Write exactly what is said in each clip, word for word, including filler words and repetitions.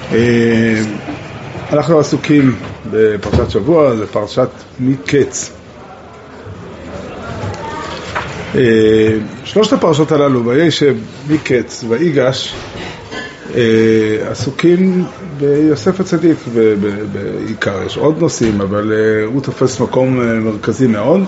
אנחנו עסוקים בפרשת שבוע, זה פרשת מקץ. שלושת הפרשות הללו, וישב, מקץ ויגש, עסוקים ביוסף הצדיק בעיקר. יש עוד נושאים, אבל הוא תופס מקום מרכזי מאוד.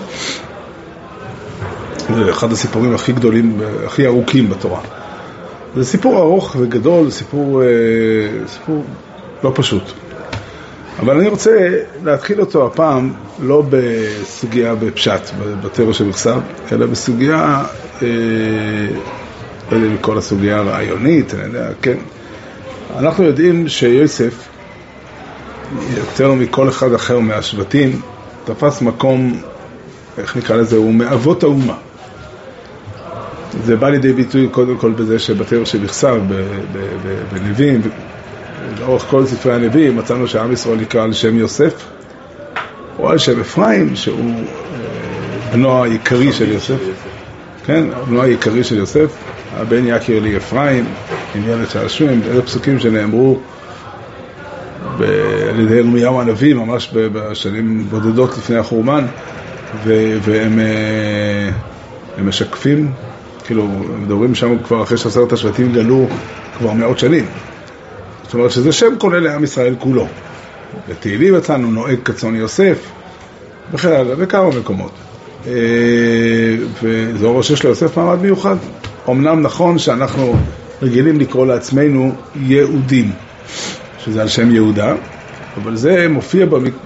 זה אחד הסיפורים הכי גדולים, הכי ארוכים בתורה. זה סיפור ארוך וגדול, סיפור, סיפור לא פשוט. אבל אני רוצה להתחיל אותו הפעם לא בסוגיה בפשט, בתיאוריה של מכסב, אלא בסוגיה, אה, לא יודע מכל הסוגיה הרעיונית, אני יודע, כן. אנחנו יודעים שיוסף, יותר מכל אחד אחר מהשבטים, תפס מקום, איך נקרא לזה, הוא מאבות האומה. זה בא לידי ביטוי קודם כל בזה שבתיאוריה של מכסב, בנביאים, לאורך כל ספרי הנביאים מצאנו שעם ישראל נקרא על שם יוסף או על שם אפרים, שהוא בנו העיקרי של יוסף, כן, בנו העיקרי של יוסף, הבן יקיר לי אפרים עם ילד שעשועים. אלה פסוקים שנאמרו על ידי ירמיהו הנביא ממש בשנים בודדות לפני החורבן, והם הם משקפים, כאילו מדברים שם כבר אחרי שעשרת השבטים גלו כבר מאות שנים. זאת אומרת שזה שם כולל לעם ישראל כולו. בתהילים מצאנו נוהג כצאן יוסף וכן הלאה, בכמה מקומות. וזה אומר שיש ליוסף מעמד מיוחד. אמנם נכון שאנחנו רגילים לקרוא לעצמנו יהודים, שזה על שם יהודה, אבל זה מופיע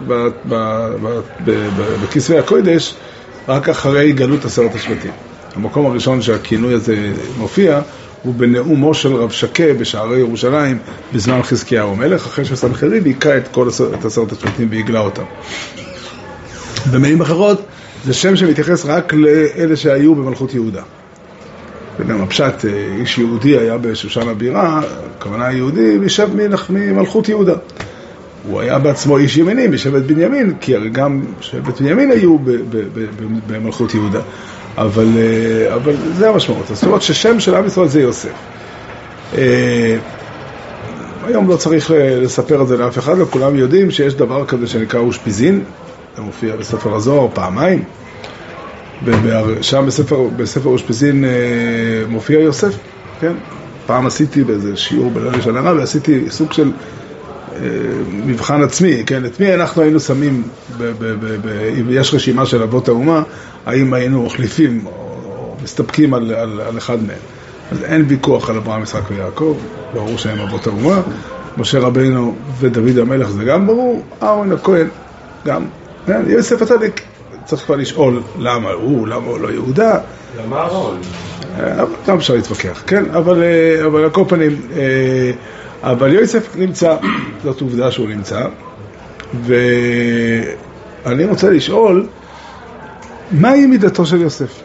בכסבי הקודש רק אחרי גלות עשרת השבטים. המקום הראשון שהכינוי הזה מופיע הוא בנאומו של רב שקה בשערי ירושלים בזמן חזקיהו המלך, אחרי שסנחריב היכה את כל את עשרת השבטים והגלה אותם. במילים אחרות, זה שם שמתייחס רק לאלה שהיו במלכות יהודה. וגם הפשט, איש יהודי היה בשושן הבירה, הכוונה יהודי בישב ממלכות יהודה. הוא היה בעצמו איש ימיני בשבט בנימין, כי הרי גם שבט בנימין היו במלכות יהודה. אבל, אבל זה המשמעות. זאת אומרת ששם של עם ישראל זה יוסף. היום לא צריך לספר את זה לאף אחד, וכולם יודעים שיש דבר כזה שנקרא אושפיזין, זה מופיע בספר הזוהר פעמיים, ושם בספר, בספר אושפיזין מופיע יוסף, כן? פעם עשיתי באיזה שיעור בלילה של הרב, ועשיתי סוג של מבחן עצמי, כן? את מי אנחנו היינו שמים, אם יש רשימה של אבות האומה, האם היינו מחליפים או מסתפקים על, על, על אחד מהם. אז אין ויכוח על אברהם, יצחק ויעקב, ברור שהם אבות האומה. משה רבינו ודוד המלך זה גם ברור, אהרון הכהן גם. יוסף הצדיק, צריך כבר לשאול למה הוא, למה הוא לא יהודה. למה אהרון? גם אפשר להתווכח, כן? אבל, אבל על כל פנים, אבל יוסף נמצא, זאת עובדה שהוא נמצא, ואני רוצה לשאול, מהי מידתו של יוסף?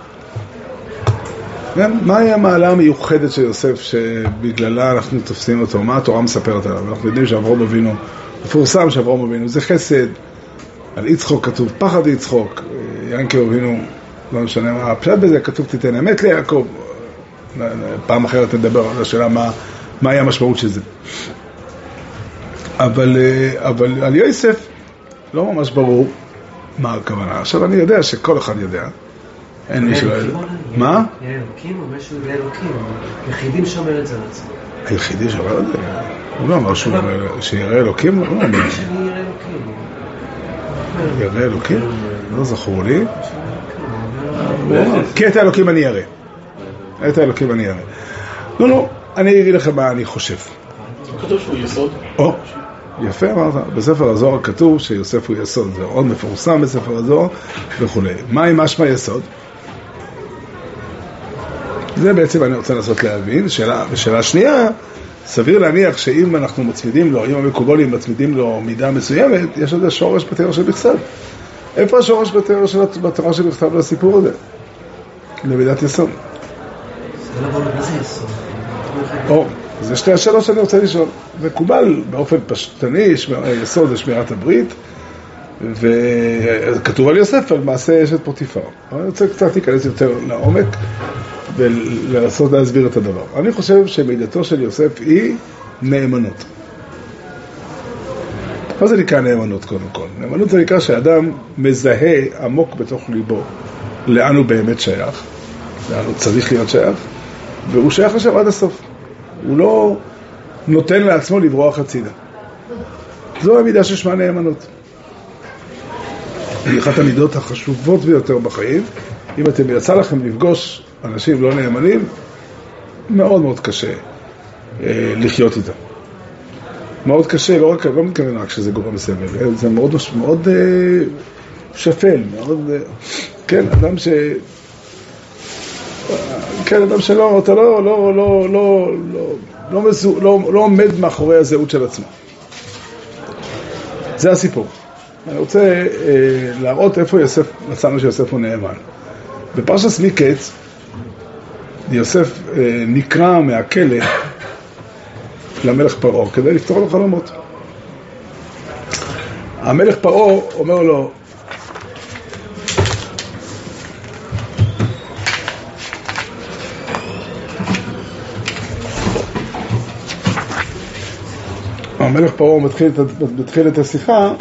מהי המעלה המיוחדת של יוסף שבגללה אנחנו תופסים אותו? מה התורה מספרת עליו? אנחנו יודעים שאברהם אבינו, מפורסם שאברהם אבינו זה חסד, על יצחוק כתוב פחד יצחוק, יעקב אבינו, לא משנה מה הפשט בזה, כתוב תיתן אמת ליעקב. פעם אחרת נדבר על השאלה מה, מהי המשמעות של זה. אבל, אבל על יוסף לא ממש ברור מה הכוונה. עכשיו אני יודע שכל אחד יודע. אין מי שלא יודע. מה? יהיה אלוקים או משהו יהיה אלוקים. יחידים שומר את זה על עצמו. היחידי שומר את זה? הוא לא אמר שיראה אלוקים? הוא לא אמר. שאני יראה אלוקים. יראה אלוקים? לא זכור לי. כי את האלוקים אני יראה. את האלוקים אני יראה. לא, לא. אני אגיד לכם מה אני חושב. כתוב שהוא יסוד. או. יפה אמרת, בספר הזוהר כתוב שיוסף הוא יסוד, זה עוד מפורסם בספר הזוהר וכו'. מה עם משמע יסוד? זה בעצם אני רוצה לנסות להבין. שאלה, שאלה שנייה, סביר להניח שאם אנחנו מצמידים לו, אם המקובולים מצמידים לו מידה מסוימת, יש לזה שורש בתיאור של בכתב. איפה השורש בתיאור של בתורה של בכתב לסיפור הזה? למידת יסוד. זה לא בוא, מה זה יסוד? או, זה שתי השאלות שאני רוצה לשאול. מקובל באופן פשטני, יסוד זה שמירת הברית, וכתוב על יוסף, על מעשה יש את פוטיפר. אני רוצה קצת להיכנס יותר לעומק, ולנסות להסביר את הדבר. אני חושב שמידתו של יוסף היא נאמנות. מה זה נקרא נאמנות קודם כל? נאמנות זה נקרא שאדם מזהה עמוק בתוך ליבו לאן הוא באמת שייך, לאן הוא צריך להיות שייך, והוא שייך לשם עד הסוף. הוא לא נותן לעצמו לברוח הצידה. זו המידה ששמה נאמנות. היא אחת המידות החשובות ביותר בחיים. אם אתם יצא לכם לפגוש אנשים לא נאמנים, מאוד מאוד קשה אה, לחיות איתם. מאוד קשה, לא רק, לא מתכוון רק שזה גורם סבל, זה מאוד, מאוד אה, שפל, מאוד, אה, כן, אדם ש... כן, אדם שלא, אתה לא, לא, לא, לא, לא, לא, מזו, לא, לא עומד מאחורי הזהות של עצמו. זה הסיפור. אני רוצה אה, להראות איפה יוסף, מצאנו שיוסף הוא נאמן. בפרשת מקץ, יוסף אה, נקרא מהכלא למלך פרעה כדי לפתור לו חלומות. המלך פרעה אומר לו, המלך פרעה מתחיל, מתחיל את השיחה,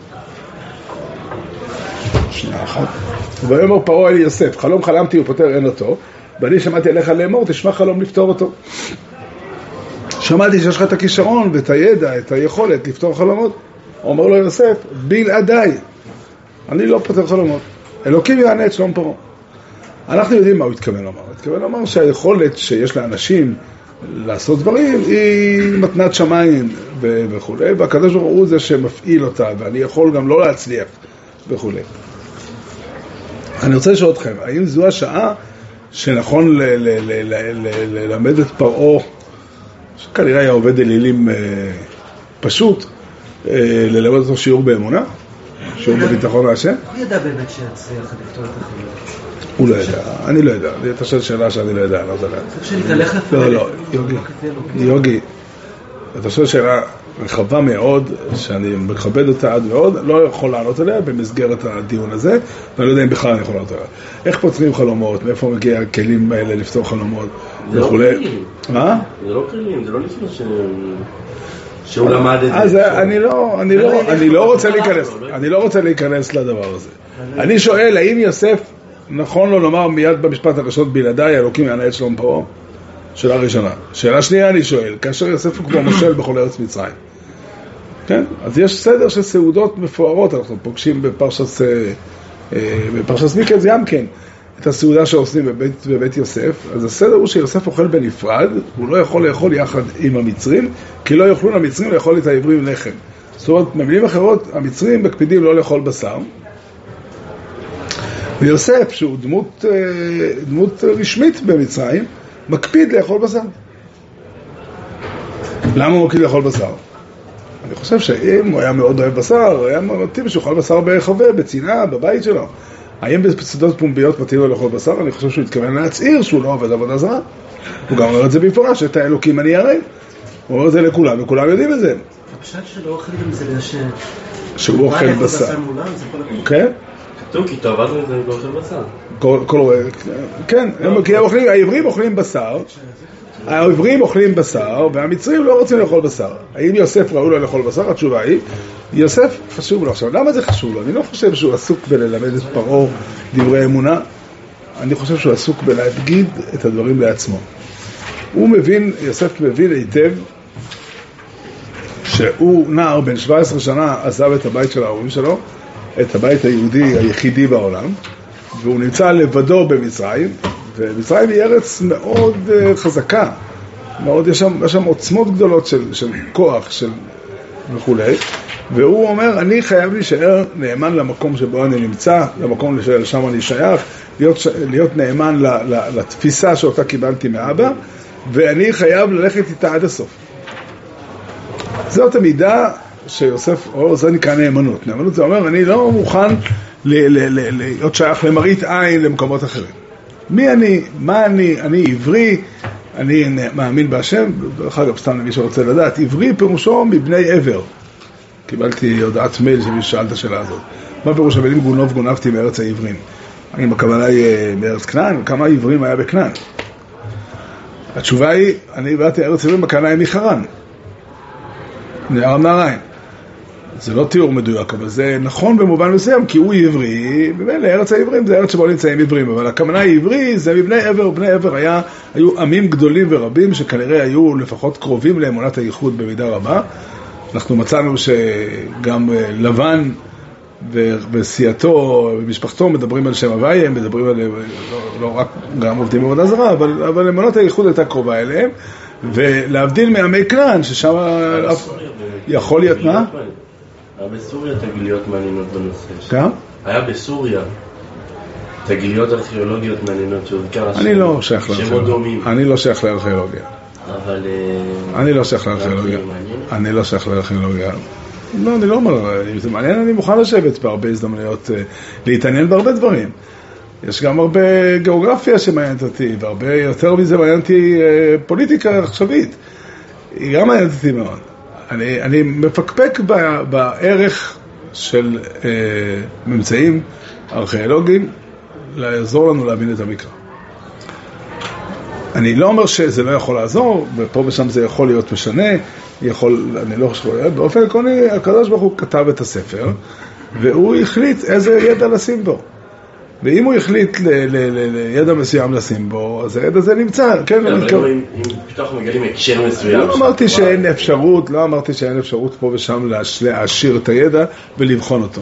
שנייה אחת, ואומר פרעה אל יוסף, חלום חלמתי ופותר אין אותו, ואני שמעתי עליך לאמור, תשמע חלום לפתור אותו. שמעתי שיש לך את הכישרון ואת הידע, את היכולת לפתור חלומות. אומר לו יוסף, בלעדיי, אני לא פותר חלומות. אלוקים יענה את שלום פרעה. אנחנו יודעים מה הוא התכוון לומר. הוא התכוון לומר שהיכולת שיש לאנשים לעשות דברים היא מתנת שמיים וכו'. והקדוש ברוך הוא זה שמפעיל אותה, ואני יכול גם לא להצליח וכו'. אני רוצה לשאול אתכם, האם זו השעה שנכון ללמד את פרעה, שכנראה היה עובד אלילים פשוט, ללמד אותו שיעור באמונה, שיעור בביטחון מהשם? הוא ידע באמת שיצליח לפתור את החלומות. הוא לא ידע, אני לא יודע, אתה שואל שאלה שאני לא יודע, אני לא יודע. צריך שנתהלך לפני. לא, לא, יוגי, יוגי, אתה שואל שאלה רחבה מאוד, שאני מכבד אותה עד מאוד, לא יכול לענות עליה במסגרת הדיון הזה, ואני לא יודע אם בכלל אני יכול לענות עליה. איך פותרים חלומות, מאיפה מגיע הכלים האלה לפתור חלומות וכו'. מה? זה לא כלים, זה לא לפני ש... שהוא למד את זה. אז אני לא, אני לא, אני לא רוצה להיכנס, אני לא רוצה להיכנס לדבר הזה. אני שואל, האם יוסף נכון לו לומר מיד במשפט הראשון בלעדיי, אלוקים יענה את שלום פרעה? שאלה ראשונה. שאלה שנייה אני שואל, כאשר יוסף הוא כבר מושל בכל ארץ מצרים. כן? אז יש סדר של סעודות מפוארות, אנחנו פוגשים בפרשת, בפרשת מקץ גם כן, את הסעודה שעושים בבית, בבית יוסף. אז הסדר הוא שיוסף אוכל בנפרד, הוא לא יכול לאכול יחד עם המצרים, כי לא יוכלו למצרים לאכול את העברים לחם. זאת אומרת, במילים אחרות, המצרים מקפידים לא לאכול בשר, ויוסף, שהוא דמות, דמות רשמית במצרים, מקפיד לאכול בשר. למה הוא מקפיד לאכול בשר? אני חושב שאם הוא היה מאוד אוהב בשר, היה מתאים שהוא אוכל בשר בהיחווה, בצינה, בבית שלו. האם בסעודות פומביות מתאים לו לאכול בשר? אני חושב שהוא התכוון להצעיר שהוא לא עובד עבודה זרה. הוא גם אומר את זה במפורש, את האלוקים אני אראה. הוא אומר את זה לכולם, וכולם יודעים את זה. הפשט שלו אוכל גם זה ש... שהוא אוכל בשר. כן? כתוב, כי תאבד לזה באוכל בשר. כן, העברים אוכלים בשר, העברים אוכלים בשר, והמצרים לא רוצים לאכול בשר. האם יוסף ראו לו לאכול בשר? התשובה היא, יוסף חשוב לו. עכשיו, למה זה חשוב לו? אני לא חושב שהוא עסוק בללמד את פרעה דברי אמונה, אני חושב שהוא עסוק בלהגיד את הדברים לעצמו. הוא מבין, יוסף מבין היטב, שהוא נער בן שבע עשרה שנה עזב את הבית של ההורים שלו, את הבית היהודי היחידי בעולם, והוא נמצא לבדו במצרים, ומצרים היא ארץ מאוד uh, חזקה, מאוד, יש שם, יש שם עוצמות גדולות של, של כוח, של וכו'. והוא אומר, אני חייב להישאר נאמן למקום שבו אני נמצא, למקום לשם אני שייך, להיות, להיות נאמן ל, ל, לתפיסה שאותה קיבלתי מאבא, ואני חייב ללכת איתה עד הסוף. זאת המידה שיוסף, או זה נקרא נאמנות. נאמנות זה אומר, אני לא מוכן ל- ל- ל- להיות שייך למראית עין למקומות אחרים. מי אני? מה אני? אני עברי, אני מאמין בהשם. דרך אגב, סתם למי שרוצה לדעת, עברי פירושו מבני עבר. קיבלתי הודעת מייל שמי ששאל את השאלה הזאת. מה פירוש המילים גונוב גונבתי מארץ העברים? אני בכוונה היא מארץ כנען, כמה עברים היה בכנען? התשובה היא, אני באתי ארץ עברים, הכוונה היא מחרן. נהר נהריים. זה לא תיאור מדויק, אבל זה נכון במובן מסוים, כי הוא עברי, ובאלה, ארץ העברים זה ארץ שבו נמצאים עברים, אבל הכוונה העברי זה מבני עבר, ובני עבר היה, היו עמים גדולים ורבים, שכנראה היו לפחות קרובים לאמונת הייחוד במידה רבה. אנחנו מצאנו שגם לבן וסיעתו ומשפחתו מדברים על שם הוואי, הם מדברים על, לא, לא רק גם עובדים בעבודה זרה, אבל, אבל אמונת הייחוד הייתה קרובה אליהם, ולהבדיל מעמי כנען, ששם יכול להיות מה? היה בסוריה תגליות מעניינות בנושא. כן? היה בסוריה תגליות ארכיאולוגיות מעניינות שהוזכר אני לא שייך לארכיאולוגיה. אני לא שייך לארכיאולוגיה. אבל... אני לא שייך לארכיאולוגיה. אני לא שייך לארכיאולוגיה. לא, אני לא אומר, אם זה מעניין, אני מוכן לשבת בהרבה הזדמנויות, להתעניין בהרבה דברים. יש גם הרבה גיאוגרפיה שמעניינת אותי, והרבה יותר מזה מעניינתי פוליטיקה עכשווית. היא גם מעניינת אותי מאוד. אני, אני מפקפק בערך של אה, ממצאים ארכיאולוגיים לעזור לנו להבין את המקרא. אני לא אומר שזה לא יכול לעזור, ופה ושם זה יכול להיות משנה, יכול, אני לא חושב, באופן עקרוני, הקדוש ברוך הוא כתב את הספר, והוא החליט איזה ידע לשים בו. ואם הוא החליט לידע מסוים לשים בו, אז הידע הזה נמצא. כן, אבל אם פתאום מגלים הקשר מסוים... לא אמרתי שאין אפשרות, לא אמרתי שאין אפשרות פה ושם להשאיר את הידע ולבחון אותו.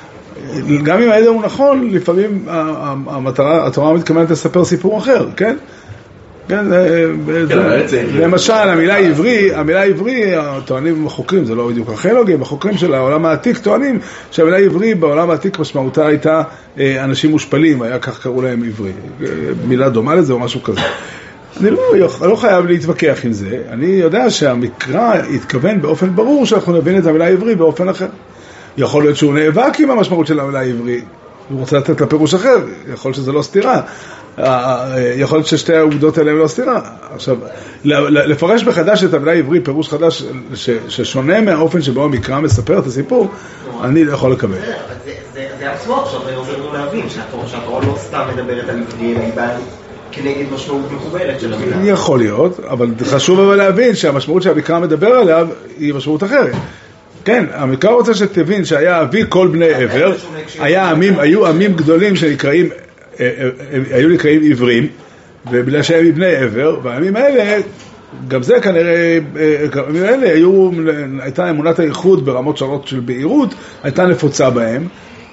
גם אם הידע הוא נכון, לפעמים המטרה, התורה מתכוונת לספר סיפור אחר, כן? כן, למשל, המילה עברי, המילה עברי, טוענים החוקרים, זה לא בדיוק ארכיאולוגים, החוקרים של העולם העתיק טוענים שהמילה עברי בעולם העתיק משמעותה הייתה אנשים מושפלים, היה כך קראו להם עברי. מילה דומה לזה או משהו כזה. אני לא, לא חייב להתווכח עם זה, אני יודע שהמקרא התכוון באופן ברור שאנחנו נבין את המילה עברי באופן אחר. יכול להיות שהוא נאבק עם המשמעות של המילה עברי, הוא רוצה לתת לה פירוש אחר, יכול להיות שזה לא סתירה. יכול להיות ששתי העובדות האלה לא סתירה. עכשיו, לפרש מחדש את המילה עברי, פירוש חדש ששונה מהאופן שבו המקרא מספר את הסיפור, אני לא יכול לקבל. זה עצמו עכשיו, אני רוצה לנו להבין שהתורה לא סתם מדברת על עברי, אלא היא באה כנגד משמעות מקובלת של המילה. יכול להיות, אבל חשוב אבל להבין שהמשמעות שהמקרא מדבר עליו היא משמעות אחרת. כן, המקרא רוצה שתבין שהיה אבי כל בני עבר, היו עמים גדולים שנקראים היו נקראים עברים, ובגלל שהם מבני עבר, והימים האלה, גם זה כנראה, הימים האלה היו, הייתה אמונת הייחוד ברמות שונות של בהירות, הייתה נפוצה בהם,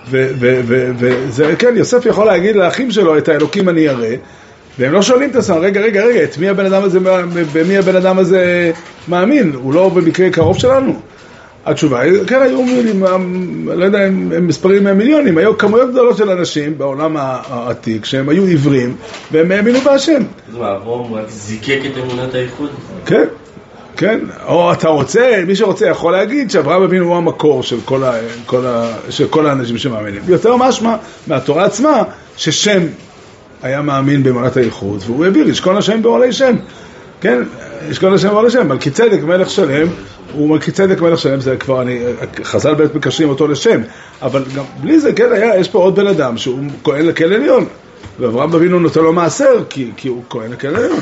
וזה, כן, יוסף יכול להגיד לאחים שלו, את האלוקים אני אראה, והם לא שואלים את עצמם, רגע, רגע, רגע, את מי הבן אדם הזה, במי הבן אדם הזה מאמין? הוא לא במקרה קרוב שלנו? התשובה, כן, היו, לא יודע, הם מספרים מיליונים, היו כמויות גדולות של אנשים בעולם העתיק, שהם היו עברים, והם האמינו בהשם. אז מה, אברהם רק זיקק את אמונת הייחוד? כן, כן. או אתה רוצה, מי שרוצה יכול להגיד שאברהם אבינו הוא המקור של כל, ה, כל, ה, של כל האנשים שמאמינים. יותר משמע מהתורה עצמה, ששם היה מאמין באמונת הייחוד, והוא העביר, ישכון השם בעולי שם. כן, ישכון השם בעולי שם, מלכי צדק מלך שלם, הוא מלכי צדק מלך שלם, זה כבר, אני, חז"ל בית מקשרים אותו לשם, אבל גם בלי זה, כן, היה, יש פה עוד בן אדם שהוא כהן לקהל עליון, ואברהם אבינו נותן לו מעשר, כי, כי הוא כהן לקהל עליון.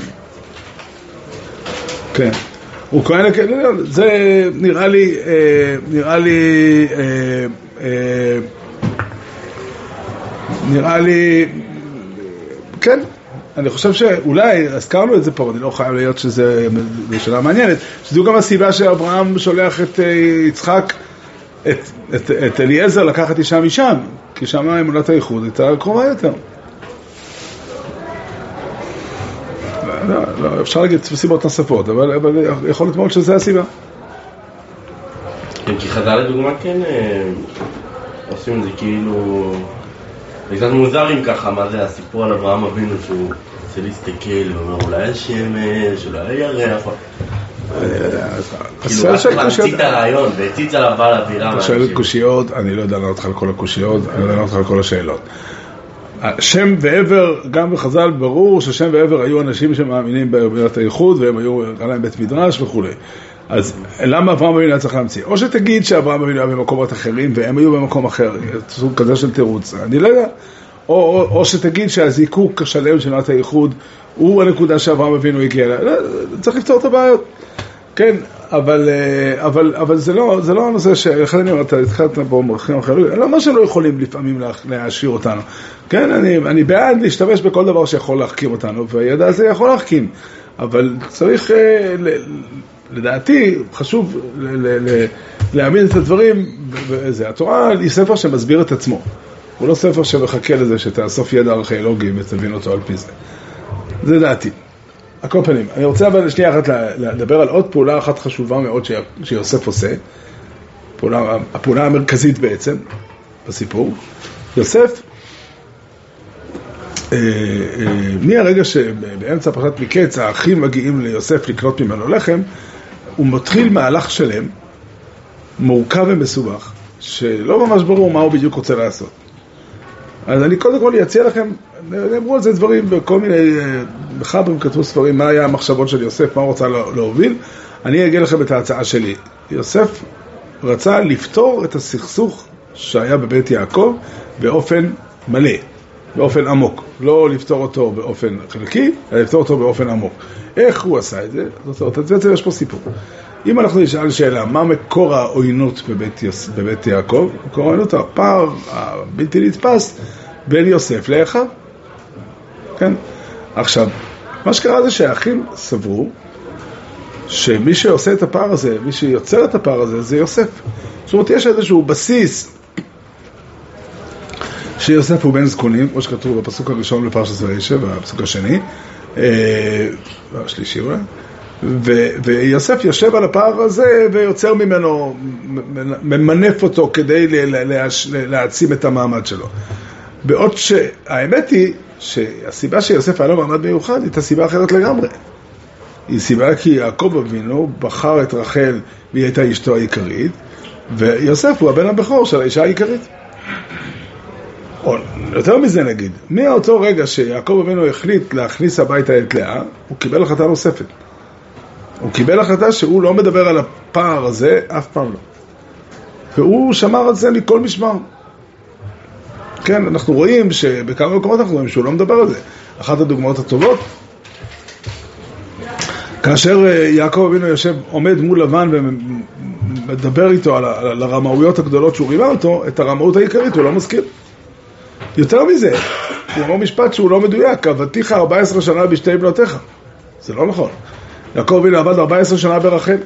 כן, הוא כהן לקהל עליון, זה נראה לי, אה, נראה לי, אה, אה, נראה לי, כן, אני חושב שאולי, הזכרנו את זה פה, אני לא חייב להיות שזה שאלה מעניינת, שזו גם הסיבה שאברהם שולח את יצחק, את, את, את אליעזר לקחת אישה משם, כי שם אמונת הייחוד הייתה קרובה יותר. לא, לא, אפשר להגיד סיבות נוספות, אבל, אבל יכול להיות מאוד שזה הסיבה. כן, כי חז"ל לדוגמה כן עושים את זה כאילו, זה קצת מוזר אם ככה, מה זה הסיפור על אברהם אבינו שהוא רוצה להסתכל, הוא אומר אולי השמש, אולי הירח, כאילו רק להמציא את הרעיון והציץ על הבעל אווירה. אתה שואל את קושיות, אני לא יודע לענות לך על כל הקושיות, אני לא יודע לענות לך על כל השאלות. שם ועבר, גם בחז"ל ברור ששם ועבר היו אנשים שמאמינים באמונת הייחוד, והם היו, היה להם בית מדרש וכו'. אז למה אברהם אבינו היה צריך להמציא? או שתגיד שאברהם אבינו היה במקומות אחרים, והם היו במקום אחר, סוג כזה של תירוץ, אני לא יודע. או, או, או שתגיד שהזיקוק השלם של אמונת הייחוד, הוא הנקודה שאברהם אבינו הגיע לה. צריך לפתור את הבעיות. כן, אבל, אבל, אבל זה לא, זה לא הנושא שאחד אני אומר, אתה התחלת פה מורחים אחרים, לא מה שלא יכולים לפעמים להשאיר אותנו. כן, אני, אני בעד להשתמש בכל דבר שיכול להחכים אותנו, והידע הזה יכול להחכים. אבל צריך, לדעתי, חשוב להעמיד את הדברים, וזה, התורה היא ספר שמסביר את עצמו. הוא לא ספר שמחכה לזה שתאסוף ידע ארכיאולוגי ותבין אותו על פי זה. זה דעתי. הכל פנים. אני רוצה אבל שנייה אחת לדבר על עוד פעולה אחת חשובה מאוד שיוסף עושה. פעולה, הפעולה המרכזית בעצם בסיפור. יוסף, אה, אה, מהרגע שבאמצע פרשת מקץ האחים מגיעים ליוסף לקנות ממנו לחם, הוא מתחיל מהלך שלם, מורכב ומסובך, שלא ממש ברור מה הוא בדיוק רוצה לעשות. אז אני קודם כל אציע לכם, נאמרו על זה דברים בכל מיני מחברים כתבו ספרים, מה היה המחשבות של יוסף, מה הוא רוצה להוביל. אני אגיד לכם את ההצעה שלי. יוסף רצה לפתור את הסכסוך שהיה בבית יעקב באופן מלא, באופן עמוק. לא לפתור אותו באופן חלקי, אלא לפתור אותו באופן עמוק. איך הוא עשה את זה? זאת אומרת, בעצם יש פה סיפור. אם אנחנו נשאל שאלה, מה מקור העוינות בבית, יוס... בבית יעקב? מקור העוינות, הפער הבלתי נתפס בין יוסף לאחיו. כן? עכשיו, מה שקרה זה שהאחים סברו שמי שעושה את הפער הזה, מי שיוצר את הפער הזה, זה יוסף. זאת אומרת, יש איזשהו בסיס שיוסף הוא בן זקונים, כמו שכתוב בפסוק הראשון לפרשת וישב, והפסוק השני, השלישי אולי, ויוסף יושב על הפער הזה ויוצר ממנו, ממנף אותו כדי להעצים את המעמד שלו. בעוד שהאמת היא שהסיבה שיוסף היה לו מעמד מיוחד היא את הסיבה אחרת לגמרי. היא סיבה כי יעקב אבינו בחר את רחל והיא הייתה אשתו העיקרית, ויוסף הוא הבן הבכור של האישה העיקרית. או יותר מזה נגיד, מאותו רגע שיעקב אבינו החליט להכניס הביתה את לאה, הוא קיבל החלטה נוספת. הוא קיבל החלטה שהוא לא מדבר על הפער הזה אף פעם לא. והוא שמר על זה מכל משמר. כן, אנחנו רואים שבכמה מקומות אנחנו רואים שהוא לא מדבר על זה. אחת הדוגמאות הטובות, כאשר יעקב אבינו יושב, עומד מול לבן ומדבר איתו על, על הרמאויות הגדולות שהוא רימה אותו, את הרמאות העיקרית הוא לא מזכיר. יותר מזה, הוא אומר משפט שהוא לא מדויק, עבדתיך ארבע עשרה שנה בשתי בנותיך. זה לא נכון. יעקב אבינו עבד ארבע עשרה שנה ברחל.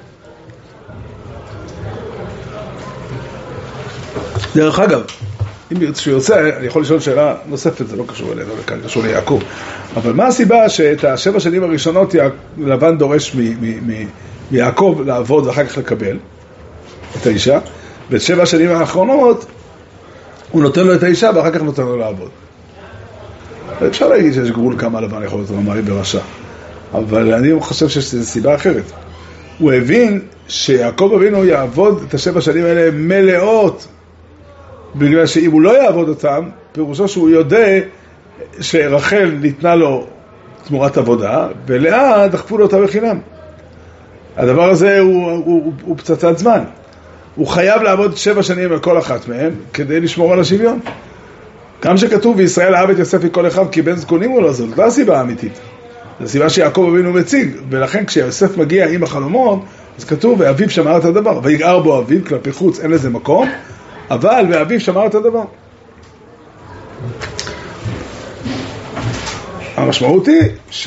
דרך אגב, אם שהוא יוצא, אני יכול לשאול שאלה נוספת, זה לא קשור אלינו, זה קשור ליעקב. אבל מה הסיבה שאת השבע שנים הראשונות לבן דורש מיעקב לעבוד ואחר כך לקבל את האישה, ואת שבע השנים האחרונות הוא נותן לו את האישה ואחר כך נותן לו לעבוד. אפשר להגיד שיש גבול כמה לבן יכול להיות רמאי ברשע, אבל אני חושב שיש סיבה אחרת. הוא הבין שיעקב אבינו יעבוד את השבע שנים האלה מלאות, בגלל שאם הוא לא יעבוד אותם, פירושו שהוא יודע שרחל ניתנה לו תמורת עבודה, ולאה דחפו לו אותה בחינם. הדבר הזה הוא, הוא, הוא, הוא פצצת זמן. הוא חייב לעבוד שבע שנים על כל אחת מהם, כדי לשמור על השוויון. גם שכתוב, וישראל אהב את יוסף מכל אחד, כי בן זקונים הוא לא, זאת לא הסיבה האמיתית. זו הסיבה שיעקב אבינו מציג, ולכן כשיוסף מגיע עם החלומות, אז כתוב, ואביו שמר את הדבר, ויגער בו אביו, כלפי חוץ אין לזה מקום, אבל ואביו שמר את הדבר. המשמעות היא ש...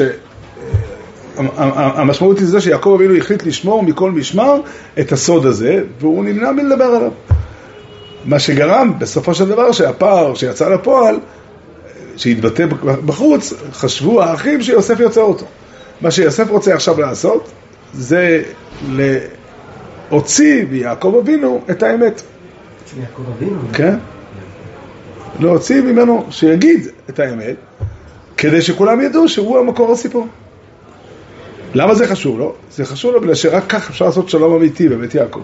המשמעות היא זה שיעקב אבינו החליט לשמור מכל משמר את הסוד הזה, והוא נמנע מלדבר עליו. מה שגרם בסופו של דבר שהפער שיצא לפועל, שהתבטא בחוץ, חשבו האחים שיוסף יוצא אותו. מה שיוסף רוצה עכשיו לעשות, זה להוציא מיעקב אבינו את האמת. יעקב אבינו? כן. להוציא ממנו שיגיד את האמת, כדי שכולם ידעו שהוא המקור הסיפור. למה זה חשוב לו? זה חשוב לו בגלל שרק כך אפשר לעשות שלום אמיתי בבית יעקב.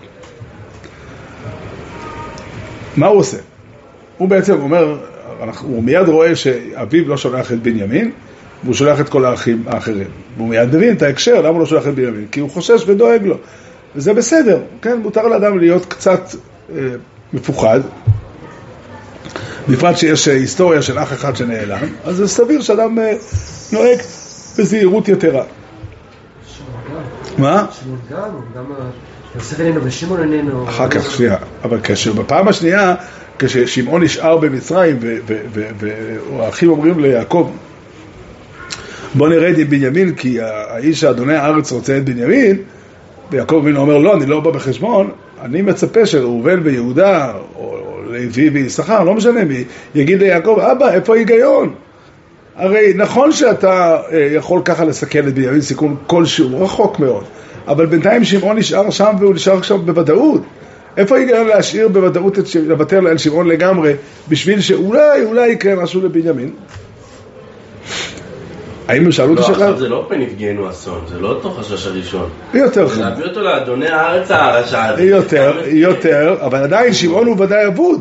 מה הוא עושה? הוא בעצם אומר, הוא מיד רואה שאביו לא שולח את בנימין, והוא שולח את כל האחים האחרים. והוא מיד מבין את ההקשר, למה הוא לא שולח את בנימין? כי הוא חושש ודואג לו. וזה בסדר, כן? מותר לאדם להיות קצת אה, מפוחד, בפרט שיש היסטוריה של אח אחד שנעלם, אז זה סביר שאדם אה, נוהג בזהירות יתרה. מה? שמעון גם, גם יוסף איננו ושמעון איננו. אחר כך, שנייה. אבל בפעם השנייה, כששמעון נשאר במצרים, והאחים אומרים ליעקב, בוא נרד עם בנימין, כי האיש האדוני הארץ רוצה את בנימין, ויעקב אבינו אומר, לא, אני לא בא בחשבון, אני מצפה שראובן ויהודה, או לוי ויששכר, לא משנה מי, יגיד ליעקב, אבא, איפה ההיגיון? הרי נכון שאתה יכול ככה לסכן את בנימין סיכון כלשהו, רחוק מאוד, אבל בינתיים שמעון נשאר שם, והוא נשאר שם בוודאות. איפה ההיגיון להשאיר בוודאות, לוותר על שמעון לגמרי, בשביל שאולי, אולי יקרה משהו לבנימין? האם הם שאלו את השאלה? לא, עכשיו זה לא פן יפגענו אסון, זה לא אותו חשש הראשון. יותר חמור. להביא אותו לאדוני הארץ הרשע הזה. יותר, יותר, אבל עדיין שמעון הוא ודאי אבוד.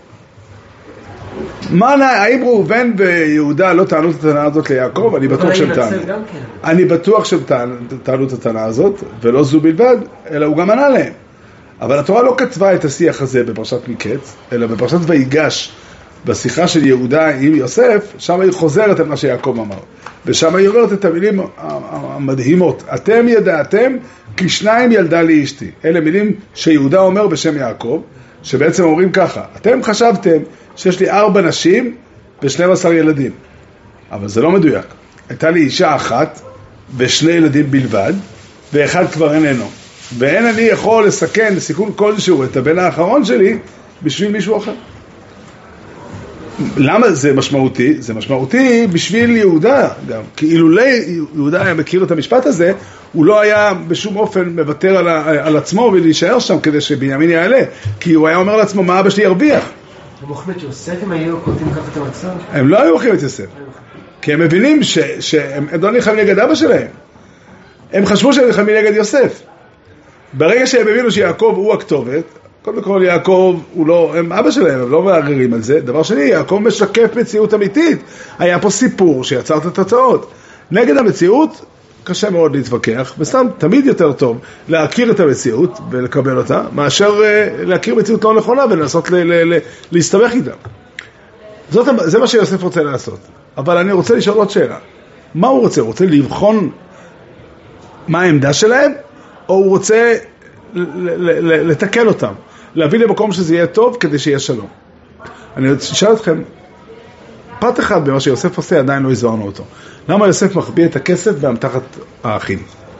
מה, האם ראובן ויהודה לא טענו את הטענה הזאת ליעקב? אני בטוח שהם טענו. אני בטוח שהם טענו את הטענה הזאת, ולא זו בלבד, אלא הוא גם ענה להם. אבל התורה לא כתבה את השיח הזה בפרשת מקץ, אלא בפרשת ויגש, בשיחה של יהודה עם יוסף, שם היא חוזרת את מה שיעקב אמר. ושם היא אומרת את המילים המדהימות. אתם ידעתם כי שניים ילדה לי אשתי. אלה מילים שיהודה אומר בשם יעקב, שבעצם אומרים ככה. אתם חשבתם שיש לי ארבע נשים ושנים עשר ילדים. אבל זה לא מדויק. הייתה לי אישה אחת ושני ילדים בלבד, ואחד כבר איננו. ואין אני יכול לסכן לסיכון כלשהו את הבן האחרון שלי בשביל מישהו אחר. למה זה משמעותי? זה משמעותי בשביל יהודה גם, כי אילולי יהודה היה מכיר את המשפט הזה, הוא לא היה בשום אופן מוותר על, על עצמו ולהישאר שם כדי שבנימין יעלה, כי הוא היה אומר לעצמו מה אבא שלי ירוויח. הם אוכלים את יוסף, הם היו קוטים ככה את המצב? הם לא היו אוכלים את יוסף, כי הם מבינים ש, שהם לא נלחמים נגד אבא שלהם, הם חשבו שהם נלחמים נגד יוסף. ברגע שהם הבינו שיעקב הוא הכתובת, קודם כל יעקב הוא לא, הם אבא שלהם, הם לא מערערים על זה. דבר שני, יעקב משקף מציאות אמיתית. היה פה סיפור שיצר את התוצאות. נגד המציאות קשה מאוד להתווכח, וסתם תמיד יותר טוב להכיר את המציאות ולקבל אותה, מאשר להכיר מציאות לא נכונה ולנסות ל- ל- ל- להסתבך איתה. זאת, זה מה שיוסף רוצה לעשות. אבל אני רוצה לשאול עוד שאלה. מה הוא רוצה? הוא רוצה לבחון מה העמדה שלהם, או הוא רוצה לתקן אותם, להביא למקום שזה יהיה טוב כדי שיהיה שלום? אני אשאל אתכם, פרט אחד במה שיוסף עושה עדיין לא הזוהרנו אותו. למה יוסף מחביא את הכסף באמתחת האחים?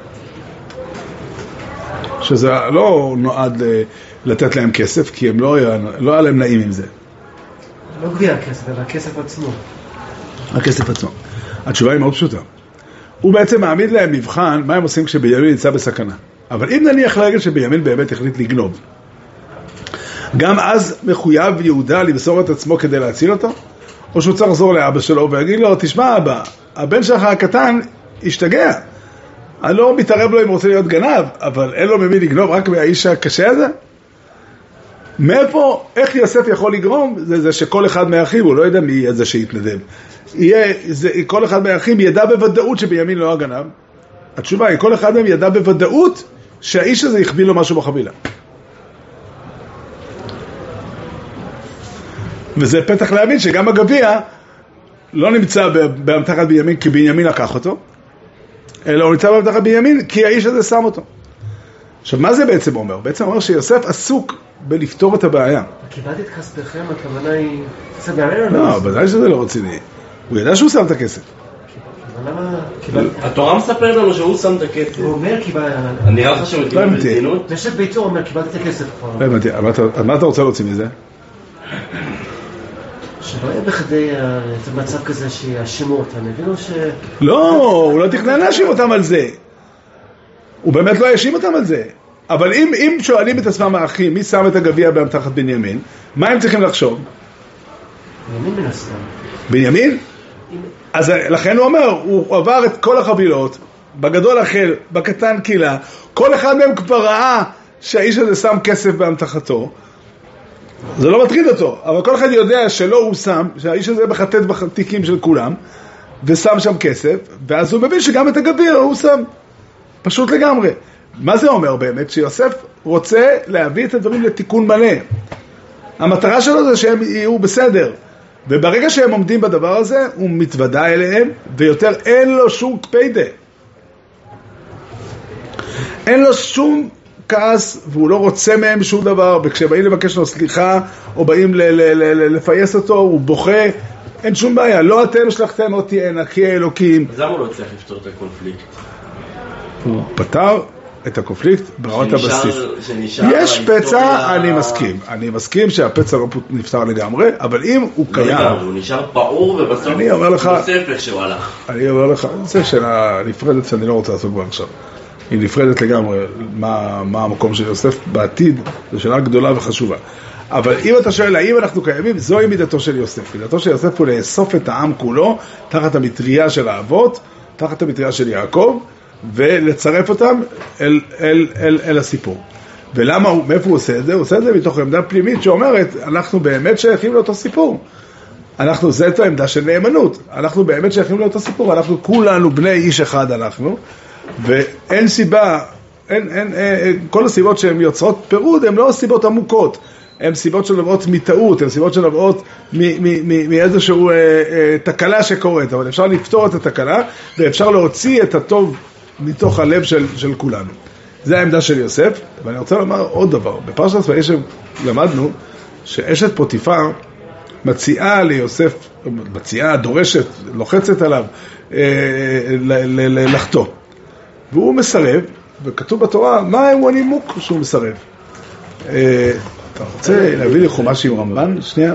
שזה לא נועד לתת להם כסף, כי הם לא, לא היה להם נעים עם זה. לא גביע הכסף, אלא הכסף עצמו. הכסף עצמו. התשובה היא מאוד פשוטה. הוא בעצם מעמיד להם מבחן מה הם עושים כשבנימין נמצא בסכנה. אבל אם נניח להגיד שבנימין באמת החליט לגנוב, גם אז מחויב יהודה למסור את עצמו כדי להציל אותו? או שהוא צריך לחזור לאבא שלו ויגיד לו, תשמע אבא, הבן שלך הקטן השתגע. אני לא מתערב לו אם הוא רוצה להיות גנב, אבל אין לו ממי לגנוב רק מהאיש הקשה הזה? מאיפה, איך יוסף יכול לגרום? זה, זה שכל אחד מהאחים, הוא לא יודע מי יהיה זה שיתנדב. יהיה, זה, כל אחד מהאחים ידע בוודאות שבנימין לא הגנב. התשובה היא, כל אחד מהם ידע בוודאות שהאיש הזה יכביל לו משהו בחבילה. וזה פתח להאמין שגם הגביע לא נמצא באמתחת בנימין כי בנימין לקח אותו, אלא הוא נמצא באמתחת בנימין כי האיש הזה שם אותו. עכשיו, מה זה בעצם אומר? בעצם אומר שיוסף עסוק בלפתור את הבעיה. קיבלתי את כספכם, הכוונה היא... זה בעיה? לא, בוודאי שזה לא רציני. הוא ידע שהוא שם את הכסף. התורה מספרת לנו שהוא שם את הכסף. הוא אומר קיבלתי... אני נראה לך שמתאים ברצינות? נשת ביצור אומר קיבלתי את הכסף כבר. לא הבנתי, אז מה אתה רוצה להוציא מזה? שלא יהיה בכדי מצב כזה שיאשימו אותם, הבינו ש... לא, הוא לא תכנן להאשים אותם על זה. הוא באמת לא יאשים אותם על זה. אבל אם, אם שואלים את עצמם האחים, מי שם את הגביע באמתחת בנימין, מה הם צריכים לחשוב? בנימין מן הסתם. בנימין? אז לכן הוא אומר, הוא עבר את כל החבילות, בגדול החל, בקטן קילה, כל אחד מהם כבר ראה שהאיש הזה שם כסף באמתחתו, זה לא מטריד אותו, אבל כל אחד יודע שלא הוא שם, שהאיש הזה מחטט בתיקים של כולם, ושם שם כסף, ואז הוא מבין שגם את הגביע הוא שם, פשוט לגמרי. מה זה אומר באמת? שיוסף רוצה להביא את הדברים לתיקון מלא. המטרה שלו זה שהם יהיו בסדר, וברגע שהם עומדים בדבר הזה, הוא מתוודע אליהם, ויותר אין לו שום פיידה. אין לו שום כעס, והוא לא רוצה מהם שום דבר, וכשבאים לבקש לו סליחה, או באים ל- ל- ל- לפייס אותו, הוא בוכה, אין שום בעיה. לא אתם שלחתם אותי הנה, כי האלוקים. אז למה הוא לא צריך לפתור את הקונפליקט? הוא פתר את הקונפליקט ברמת הבסיס. שנשאר יש פצע, אני מסכים. אני מסכים שהפצע לא נפתר לגמרי, אבל אם הוא קיים... הוא נשאר פעור ובסוף אני אומר לך... נוסף איך שהוא הלך. אני אומר לך, זה שאלה נפרדת שאני לא רוצה לעסוק בה עכשיו. היא נפרדת לגמרי, מה, מה המקום של יוסף בעתיד, זו שאלה גדולה וחשובה. אבל אם אתה שואל, האם אנחנו קיימים, זוהי מידתו של יוסף. מידתו של יוסף הוא לאסוף את העם כולו, תחת המטריה של האבות, תחת המטריה של יעקב, ולצרף אותם אל, אל, אל, אל הסיפור. ולמה, מאיפה הוא עושה את זה? הוא עושה את זה מתוך עמדה פנימית שאומרת, אנחנו באמת שייכים לאותו סיפור. אנחנו, זה את העמדה של נאמנות. אנחנו באמת שייכים לאותו סיפור. אנחנו כולנו בני איש אחד אנחנו, ואין סיבה, אין, אין, אין, כל הסיבות שהן יוצרות פירוד, הן לא סיבות עמוקות. הן סיבות שנובעות מטעות, הן סיבות שנובעות מאיזשהו אה, אה, תקלה שקורית, אבל אפשר לפתור את התקלה, ואפשר להוציא את הטוב מתוך הלב של, של כולנו. זה העמדה של יוסף, ואני רוצה לומר עוד דבר. בפרשת וישב למדנו שאשת פוטיפר מציעה ליוסף, מציעה, דורשת, לוחצת עליו אה, ל, ל, ל, לחתוא. והוא מסרב, וכתוב בתורה, מה הוא הנימוק שהוא מסרב? אה, אתה רוצה להביא לי חומש עם רמב"ן? שנייה.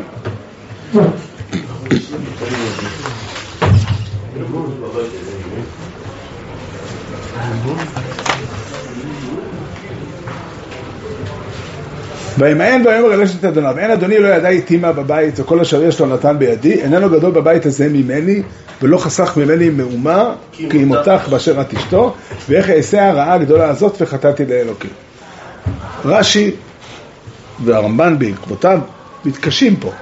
וימאן ויאמר אל אשת אדוניו, אין אדוני לא ידע איתי מה בבית, וכל אשר יש לו נתן בידי, איננו גדול בבית הזה ממני, ולא חסך ממני מאומה, כי ימותך באשר את אשתו, ואיך אעשה הרעה הגדולה הזאת וחטאתי לאלוקים. רש"י והרמב"ן בעקבותיו מתקשים פה.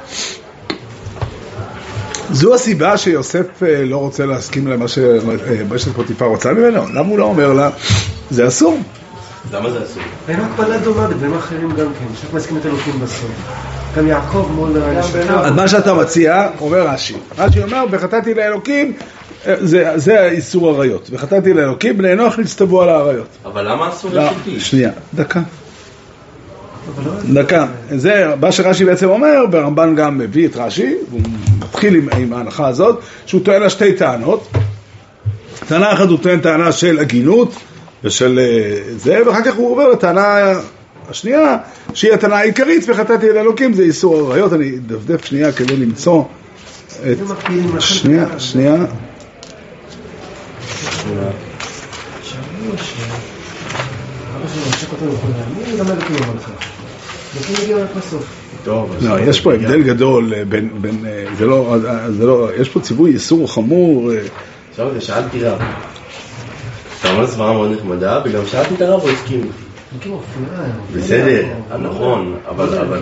זו הסיבה שיוסף לא רוצה להסכים למה שבאשת פוטיפר רוצה ממנו. למה הוא לא אומר לה, זה אסור? למה זה אסור? אין הקבלה דומה בדברים אחרים גם כן, שאנחנו מסכים את אלוקים בסוף. גם יעקב מול השקר. אז מה שאתה מציע, אומר רש"י. רש"י אומר, וחטאתי לאלוקים, זה, זה האיסור עריות. וחטאתי לאלוקים, בני אנוש נצטוו על העריות. אבל למה אסור לשיטי? שנייה, דקה. דקה. זה מה שרש"י בעצם אומר, ברמב"ן גם מביא את רש"י, הוא מתחיל עם, עם ההנחה הזאת, שהוא טוען לה שתי טענות. טענה אחת הוא טוען טענה של הגינות, ושל זה, ואחר כך הוא עובר לטענה השנייה, שהיא הטענה העיקרית, וחטאתי לאלוקים, זה איסור עריות. אני דפדף שנייה כדי למצוא את... שנייה, שנייה. לא, יש פה הבדל גדול בין, בין, זה לא, זה לא, יש פה ציווי איסור חמור. עכשיו זה שאלתי רב. אתה אומר סברה מאוד נחמדה, וגם שאלתי את הרב, הוא הסכים איתי. בסדר, נכון, אבל...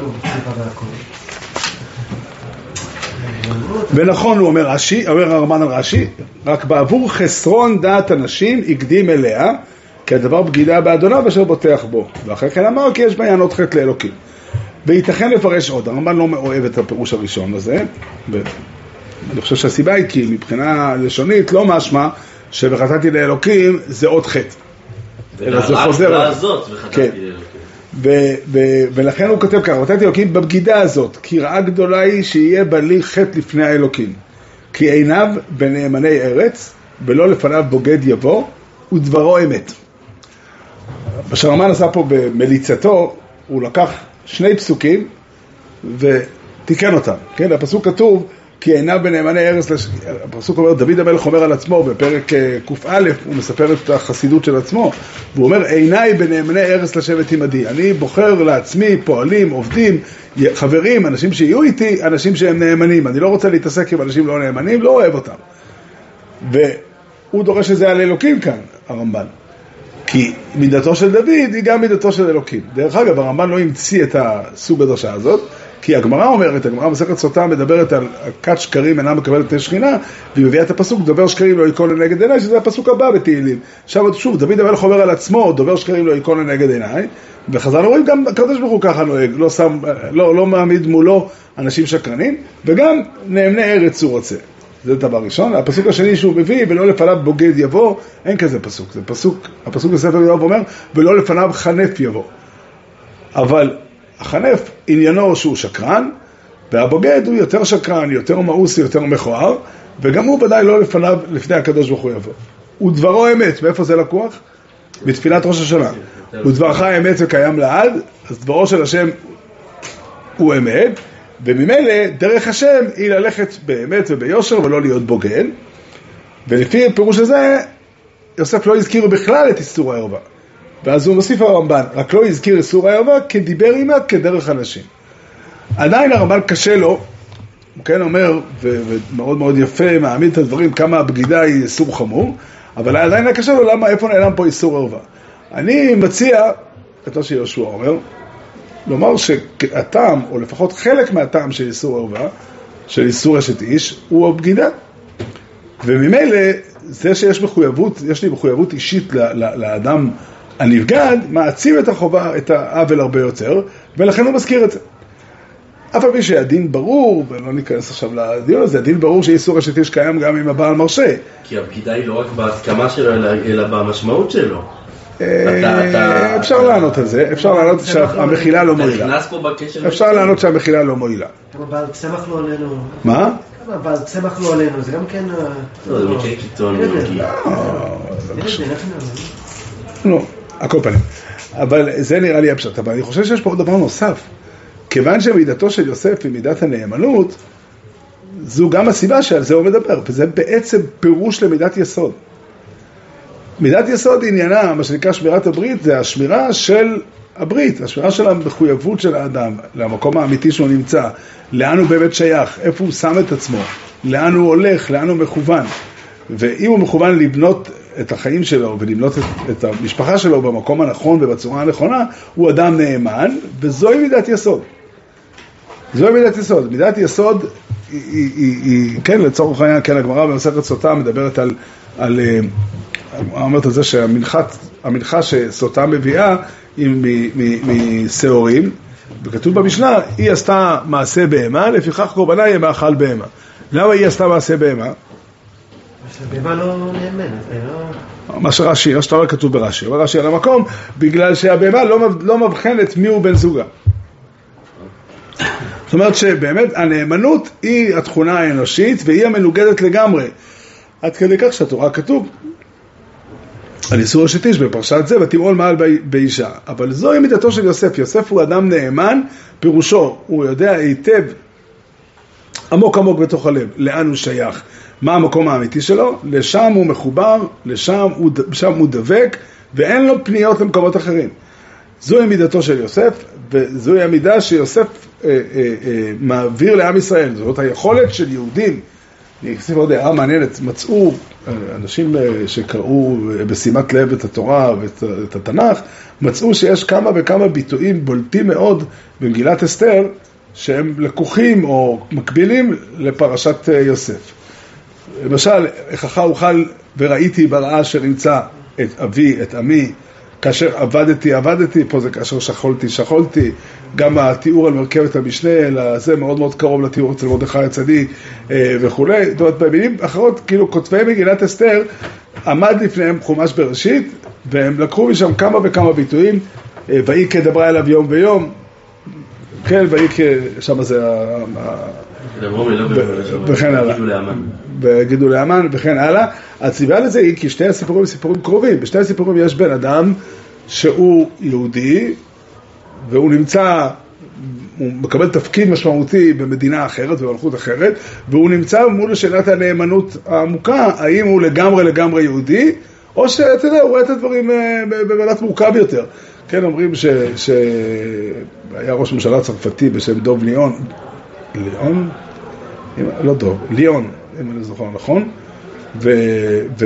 ונכון הוא אומר רש"י, אומר הרמב"ן על רש"י, רק בעבור חסרון דעת אנשים הקדים אליה, כי הדבר בגידה באדוניו אשר בוטח בו. ואחרי כן אמר כי יש בעיינות חטא לאלוקים. וייתכן לפרש עוד, הרמב"ן לא אוהב את הפירוש הראשון הזה, ואני חושב שהסיבה היא כי מבחינה לשונית לא משמע שבחטאתי לאלוקים זה עוד חטא. אלא זה חוזר לעזות וחטאתי לאלוקים. ולכן הוא כותב ככה, וחטאתי לאלוקים בבגידה הזאת, כי רעה גדולה היא שיהיה בלי חטא לפני האלוקים. כי עיניו בנאמני ארץ, ולא לפניו בוגד יבוא, ודברו אמת. בשרמן עשה פה במליצתו, הוא לקח שני פסוקים ותיקן אותם. כן, הפסוק כתוב, כי עיניו בנאמני ארץ, הפסוק אומר, דוד המלך אומר על עצמו, בפרק ק"א, הוא מספר את החסידות של עצמו, והוא אומר, עיניי בנאמני ארץ לשבת עמדי. אני בוחר לעצמי פועלים, עובדים, חברים, אנשים שיהיו איתי, אנשים שהם נאמנים. אני לא רוצה להתעסק עם אנשים לא נאמנים, לא אוהב אותם. והוא דורש את זה על אלוקים כאן, הרמב"ן. כי מידתו של דוד היא גם מידתו של אלוקים. דרך אגב, הרמב"ן לא המציא את הסוג הדרשה הזאת, כי הגמרא אומרת, הגמרא מסכת סוטה מדברת על כת שקרים אינה מקבלת את שכינה, והיא מביאה את הפסוק, דובר שקרים לא ייכון לנגד עיניי, שזה הפסוק הבא בתהילים. עכשיו שוב, דוד המלך אומר על עצמו, דובר שקרים לא ייכון לנגד עיניי, וחז"ל אומרים גם הקדוש ברוך הוא ככה נוהג, לא, שם, לא, לא מעמיד מולו אנשים שקרנים, וגם נאמני ארץ הוא רוצה. זה דבר ראשון. הפסוק השני שהוא מביא, ולא לפניו בוגד יבוא, אין כזה פסוק. זה פסוק, הפסוק בספר יואב אומר, ולא לפניו חנף יבוא. אבל החנף עניינו שהוא שקרן, והבוגד הוא יותר שקרן, יותר מאוס, יותר מכוער, וגם הוא ודאי לא לפניו, לפני הקדוש ברוך הוא יבוא. ודברו אמת, מאיפה זה לקוח? בתפילת ראש השנה. ודברך אמת וקיים לעד, אז דברו של השם הוא אמת, וממילא דרך השם היא ללכת באמת וביושר ולא להיות בוגד. ולפי הפירוש הזה, יוסף לא הזכיר בכלל את איסור הערווה. ואז הוא מוסיף הרמב"ן, רק לא הזכיר איסור הערווה כדיבר עימה כדרך אנשים. עדיין הרמב"ן קשה לו, הוא כן אומר, ומאוד מאוד יפה, מעמיד את הדברים, כמה הבגידה היא איסור חמור, אבל עדיין קשה לו, למה, איפה נעלם פה איסור ערווה? אני מציע, את מה שיהושע אומר, לומר שהטעם, או לפחות חלק מהטעם של איסור ערווה, של איסור אשת איש, הוא הבגידה. וממילא, זה שיש מחויבות, יש לי מחויבות אישית לאדם הנבגד, מעצים את החובה, את העוול הרבה יותר, ולכן הוא מזכיר את זה. אף על פי שהדין ברור, ולא ניכנס עכשיו לדיון הזה, הדין ברור שאיסור אשת איש קיים גם עם הבעל מרשה. כי הבגידה היא לא רק בהסכמה שלו, אלא במשמעות שלו. אפשר לענות על זה, אפשר לענות שהמחילה לא מועילה. אפשר לענות שהמחילה לא מועילה. כמה בעל צמח לא עלינו. מה? כמה בעל צמח לא עלינו, זה גם כן... לא, זה מקרה קיצון. לא, הכל פנים. אבל זה נראה לי הפשט. אבל אני חושב שיש פה עוד דבר נוסף. כיוון שמידתו של יוסף היא מידת הנאמנות, זו גם הסיבה שעל זה הוא מדבר, וזה בעצם פירוש למידת יסוד. מידת יסוד עניינה, מה שנקרא שמירת הברית, זה השמירה של הברית, השמירה של המחויבות של האדם, למקום האמיתי שהוא נמצא, לאן הוא באמת שייך, איפה הוא שם את עצמו, לאן הוא הולך, לאן הוא מכוון. ואם הוא מכוון לבנות את החיים שלו ולבנות את, את המשפחה שלו במקום הנכון ובצורה הנכונה, הוא אדם נאמן, וזוהי מידת יסוד. זוהי מידת יסוד. מידת יסוד היא, היא, היא, היא כן, לצורך העניין, כן, הגמרא במסכת סוטה מדברת על, על, אומרת על זה שהמנחה שסוטה מביאה היא משעורים, וכתוב במשנה, היא עשתה מעשה בהמה, לפיכך קורבנה יהיה מאכל בהמה. למה היא עשתה מעשה בהמה? בהמה לא נאמנת, לא... מה שרש"י, מה שאתה אומר כתוב ברש"י, אבל רש"י על המקום, בגלל שהבהמה לא, לא מבחנת מי הוא בן זוגה. זאת אומרת שבאמת הנאמנות היא התכונה האנושית, והיא המנוגדת לגמרי. עד כדי כך שהתורה כתוב, על איסור אשת איש בפרשת זה, ותמעול מעל באישה. אבל זוהי מידתו של יוסף. יוסף הוא אדם נאמן, פירושו, הוא יודע היטב, עמוק עמוק בתוך הלב, לאן הוא שייך, מה המקום האמיתי שלו, לשם הוא מחובר, לשם הוא, שם הוא דבק, ואין לו פניות למקומות אחרים. זוהי מידתו של יוסף, וזוהי המידה שיוסף אה, אה, אה, מעביר לעם ישראל. זאת היכולת של יהודים, אני אכסיף עוד הערה מעניינת, מצאו אנשים שקראו בשימת לב את התורה ואת את התנ"ך, מצאו שיש כמה וכמה ביטויים בולטים מאוד במגילת אסתר, שהם לקוחים או מקבילים לפרשת יוסף. למשל, איככה אוכל וראיתי ברעה שנמצא את אבי, את עמי, כאשר עבדתי, עבדתי, פה זה כאשר שכלתי, שכלתי, גם התיאור על מרכבת המשנה, זה מאוד מאוד קרוב לתיאור אצל מרדכי הצדיק וכו'. זאת אומרת, במילים אחרות, כאילו כותבי מגילת אסתר, עמד לפניהם חומש בראשית, והם לקחו משם כמה וכמה ביטויים, ואי כדברה אליו יום ויום, כן, ואי שם זה וכן הלאה. וגידו לאמן וכן הלאה. הסיבה לזה היא כי שתי הסיפורים הם סיפורים קרובים. בשתי הסיפורים יש בן אדם שהוא יהודי, והוא נמצא, הוא מקבל תפקיד משמעותי במדינה אחרת, במלכות אחרת, והוא נמצא מול שאלת הנאמנות העמוקה, האם הוא לגמרי לגמרי יהודי, או שאתה יודע, הוא רואה את הדברים במלאת מורכב יותר. כן, אומרים ש... שהיה ראש ממשלה צרפתי בשם דוב ליאון, ליאון? לא דוב, ליאון, אם אני זוכר נכון, והוא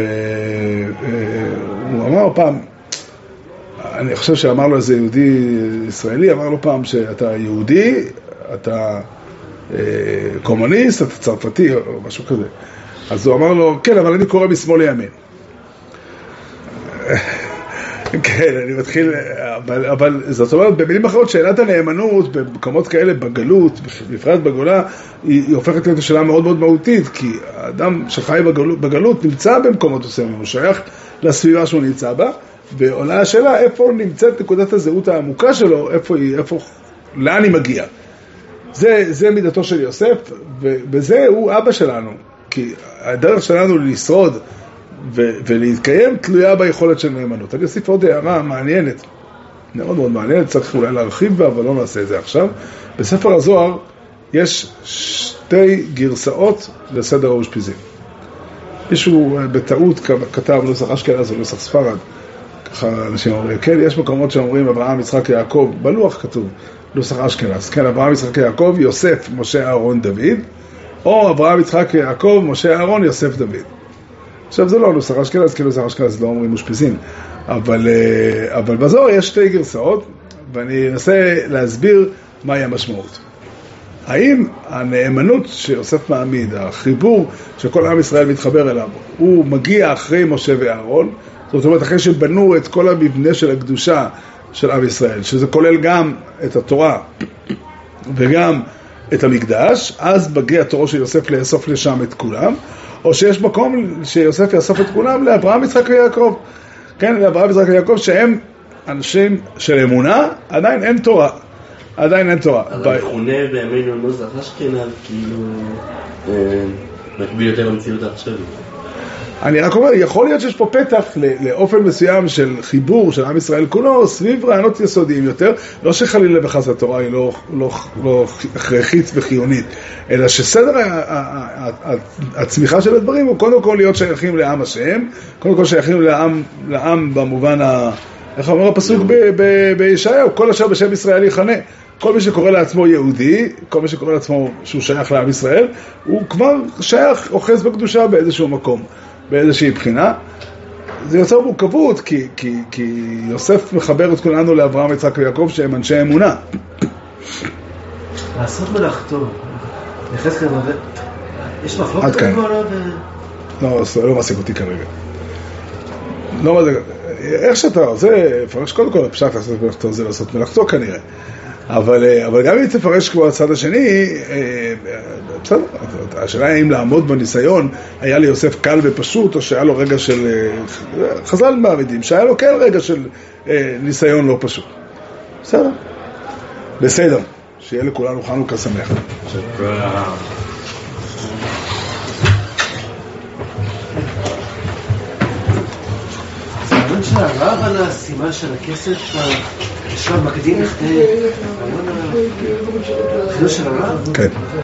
אמר פעם, אני חושב שאמר לו איזה יהודי ישראלי, אמר לו פעם שאתה יהודי, אתה קומוניסט, אתה צרפתי, או משהו כזה. אז הוא אמר לו, כן, אבל אני קורא משמאל לימין. כן, אני מתחיל, אבל, אבל זאת אומרת, במילים אחרות, שאלת הנאמנות במקומות כאלה בגלות, בפרט בגולה, היא, היא הופכת להיות שאלה מאוד מאוד מהותית, כי האדם שחי בגלות, בגלות נמצא במקומות מסוימים, הוא שייך לסביבה שהוא נמצא בה, ועולה השאלה איפה נמצאת נקודת הזהות העמוקה שלו, איפה היא, איפה, לאן היא מגיעה. זה, זה מידתו של יוסף, ובזה הוא אבא שלנו, כי הדרך שלנו לשרוד ו- ולהתקיים תלויה ביכולת של נאמנות. אני אוסיף עוד הערה מעניינת, מאוד מאוד מעניינת, צריך אולי להרחיב בה, אבל לא נעשה את זה עכשיו. בספר הזוהר יש שתי גרסאות לסדר האושפיזין. מישהו בטעות כתב נוסח אשכנז או נוסח ספרד, ככה אנשים אומרים, כן, יש מקומות שאומרים אברהם, יצחק, יעקב, בלוח כתוב נוסח אשכנז, כן, אברהם, יצחק, יעקב, יוסף, משה, אהרון, דוד, או אברהם, יצחק, יעקב, משה, אהרון, יוסף, דוד. עכשיו זה לא נוסח אשכנז, כי נוסח אשכנז לא אומרים אושפיזין, אבל, אבל בזוהר יש שתי גרסאות, ואני אנסה להסביר מהי המשמעות. האם הנאמנות שיוסף מעמיד, החיבור שכל עם ישראל מתחבר אליו, הוא מגיע אחרי משה ואהרון, זאת אומרת אחרי שבנו את כל המבנה של הקדושה של עם ישראל, שזה כולל גם את התורה וגם את המקדש, אז מגיע תורו של יוסף לאסוף לשם את כולם, או שיש מקום שיוסף יאסוף את כולם לאברהם, יצחק ויעקב. כן, לאברהם, יצחק ויעקב, שהם אנשים של אמונה, עדיין אין תורה. עדיין אין תורה. אבל מכונה בימינו נוסח אשכנז, כאילו, מקביל יותר למציאות העכשווית. אני רק אומר, יכול להיות שיש פה פתח לאופן מסוים של חיבור של עם ישראל כולו, סביב רעיונות יסודיים יותר, לא שחלילה וחס התורה היא לא, לא, לא הכרחית וחיונית, אלא שסדר הצמיחה של הדברים הוא קודם כל להיות שייכים לעם השם, קודם כל שייכים לעם, לעם במובן, ה, איך אומר הפסוק בישעיהו, כל אשר בשם ישראל יחנה. כל מי שקורא לעצמו יהודי, כל מי שקורא לעצמו שהוא שייך לעם ישראל, הוא כבר שייך, אוחז בקדושה באיזשהו מקום. באיזושהי בחינה. זה יוצר מורכבות, כי, כי, כי יוסף מחבר את כולנו לאברהם, יצחק ויעקב, שהם אנשי אמונה. לעשות מלאכתו, נכנס כאן עובד, יש מחלוקת בגבולה ו... לא, לא מעסיק אותי כרגע. לא מעסיק, איך שאתה, זה, פרש קודם כל, הפשט לעשות מלאכתו, זה לעשות מלאכתו כנראה. אבל, אבל גם אם תפרש כמו הצד השני, בסדר, השאלה היא אם לעמוד בניסיון, היה ליוסף קל ופשוט, או שהיה לו רגע של, חז"ל מעמידים, שהיה לו כן רגע של ניסיון לא פשוט. בסדר. בסדר. שיהיה לכולנו חנוכה שמח. זה הרעיון של הרב על הסימן של הכסף, עכשיו מקדים לכדי הרעיון של הרב? כן.